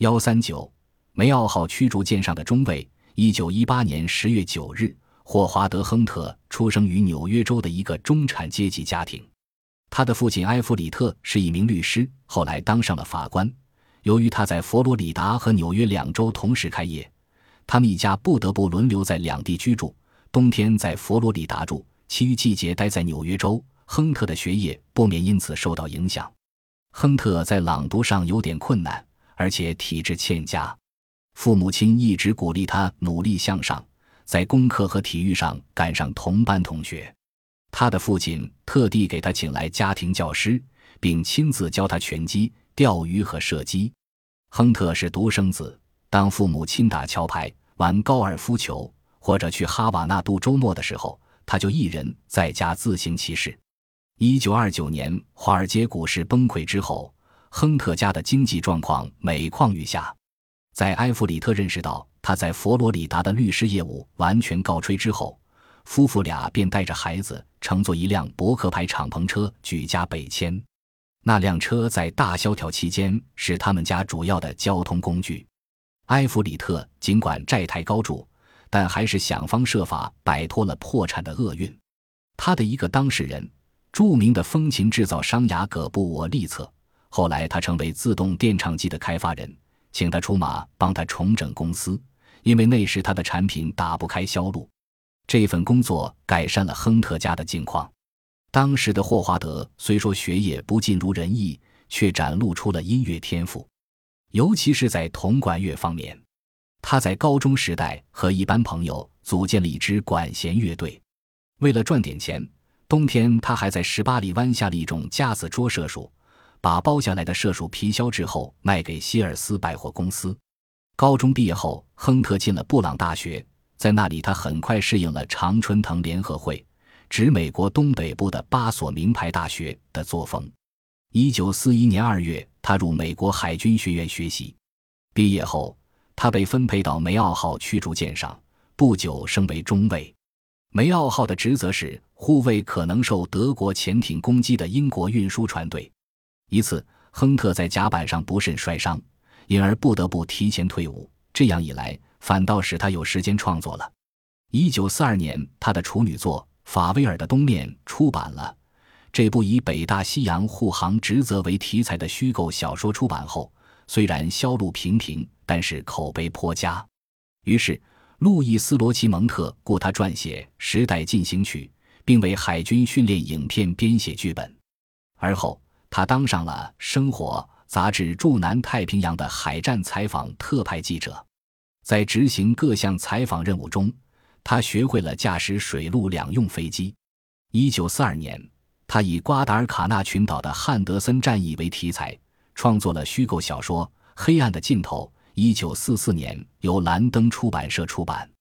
139梅奥号驱逐舰上的中尉1918年10月9日，霍华德·亨特出生于纽约州的一个中产阶级家庭。他的父亲埃弗里特是一名律师，后来当上了法官。由于他在佛罗里达和纽约两州同时开业，他们一家不得不轮流在两地居住，冬天在佛罗里达住，其余季节待在纽约州。亨特的学业不免因此受到影响。亨特在朗读上有点困难，而且体质欠佳。父母亲一直鼓励他努力向上，在功课和体育上赶上同班同学。他的父亲特地给他请来家庭教师，并亲自教他拳击、钓鱼和射击。亨特是独生子，当父母亲打桥牌、玩高尔夫球或者去哈瓦那度周末的时候，他就一人在家自行其事。1929年华尔街股市崩溃之后，亨特家的经济状况每况愈下。在埃弗里特认识到他在佛罗里达的律师业务完全告吹之后，夫妇俩便带着孩子乘坐一辆伯克牌敞篷车举家北迁。那辆车在大萧条期间是他们家主要的交通工具。埃弗里特尽管债台高筑，但还是想方设法摆脱了破产的厄运。他的一个当事人，著名的风琴制造商雅各布·沃利策，后来他成为自动电唱机的开发人，请他出马帮他重整公司，因为那时他的产品打不开销路。这份工作改善了亨特家的境况。当时的霍华德虽说学业不尽如人意，却展露出了音乐天赋，尤其是在铜管乐方面。他在高中时代和一班朋友组建了一支管弦乐队。为了赚点钱，冬天他还在18里湾下了一种夹子捉麝鼠，把剥下来的麝鼠皮削制后卖给希尔斯百货公司。高中毕业后，亨特进了布朗大学，在那里他很快适应了常春藤联合会，指美国东北部的8所名牌大学的作风。1941年2月，他入美国海军学院学习。毕业后，他被分配到梅奥号驱逐舰上，不久升为中尉。梅奥号的职责是护卫可能受德国潜艇攻击的英国运输船队。一次，亨特在甲板上不慎摔伤，因而不得不提前退伍，这样一来反倒使他有时间创作了。1942年，他的处女作《法威尔的东面》出版了。这部以北大西洋护航职责为题材的虚构小说出版后，虽然销路平平，但是口碑颇佳。于是路易斯·罗奇蒙特雇他撰写《时代进行曲》，并为海军训练影片编写剧本。而后他当上了《生活》杂志驻南太平洋的海战采访特派记者。在执行各项采访任务中，他学会了驾驶水陆两用飞机。1942年，他以瓜达尔卡纳群岛的汉德森战役为题材，创作了虚构小说《黑暗的尽头》。1944年由兰登出版社出版。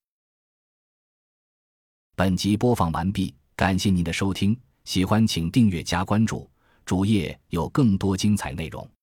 本集播放完毕，感谢您的收听，喜欢请订阅加关注，主页有更多精彩内容。